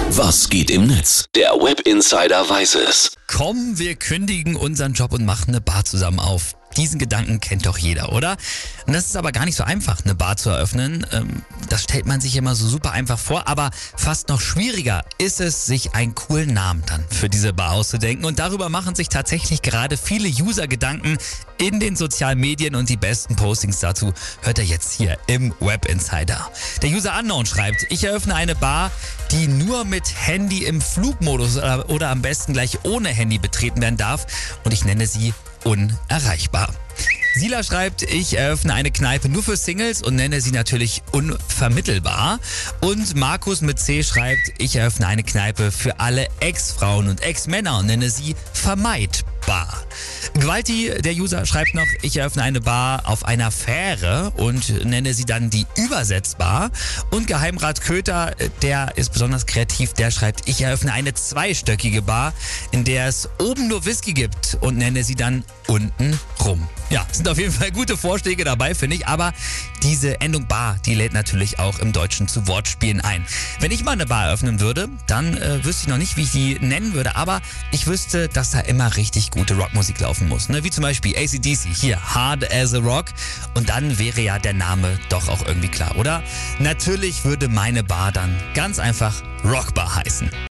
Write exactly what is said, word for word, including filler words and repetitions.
Was geht im Netz? Der Web Insider weiß es. Komm, wir kündigen unseren Job und machen eine Bar zusammen auf. Diesen Gedanken kennt doch jeder, oder? Und das ist aber gar nicht so einfach, eine Bar zu eröffnen. Ähm, das stellt man sich immer so super einfach vor, aber fast noch schwieriger ist es, sich einen coolen Namen dann für diese Bar auszudenken. Und darüber machen sich tatsächlich gerade viele User Gedanken in den sozialen Medien und die besten Postings dazu hört ihr jetzt hier im Web Insider. Der User Unknown schreibt, ich eröffne eine Bar, die nur mit Handy im Flugmodus oder, oder am besten gleich ohne Handy betreten werden darf und ich nenne sie unerreichbar. Sila schreibt, ich eröffne eine Kneipe nur für Singles und nenne sie natürlich unvermittelbar. Und Markus mit C schreibt, ich eröffne eine Kneipe für alle Ex-Frauen und Ex-Männer und nenne sie vermeidbar. Gwalti, der User, schreibt noch, ich eröffne eine Bar auf einer Fähre und nenne sie dann die übersetzbar. Und Geheimrat Köter, der ist besonders kreativ, der schreibt, ich eröffne eine zweistöckige Bar, in der es oben nur Whisky gibt und nenne sie dann unten rum. Ja, sind auf jeden Fall gute Vorschläge dabei, finde ich, aber diese Endung Bar, die lädt natürlich auch im Deutschen zu Wortspielen ein. Wenn ich mal eine Bar eröffnen würde, dann äh, wüsste ich noch nicht, wie ich die nennen würde, aber ich wüsste, dass da immer richtig gute Rockmusik laufen muss, ne? Wie zum Beispiel A C D C, hier, Hard as a Rock, und dann wäre ja der Name doch auch irgendwie klar, oder? Natürlich würde meine Bar dann ganz einfach Rockbar heißen.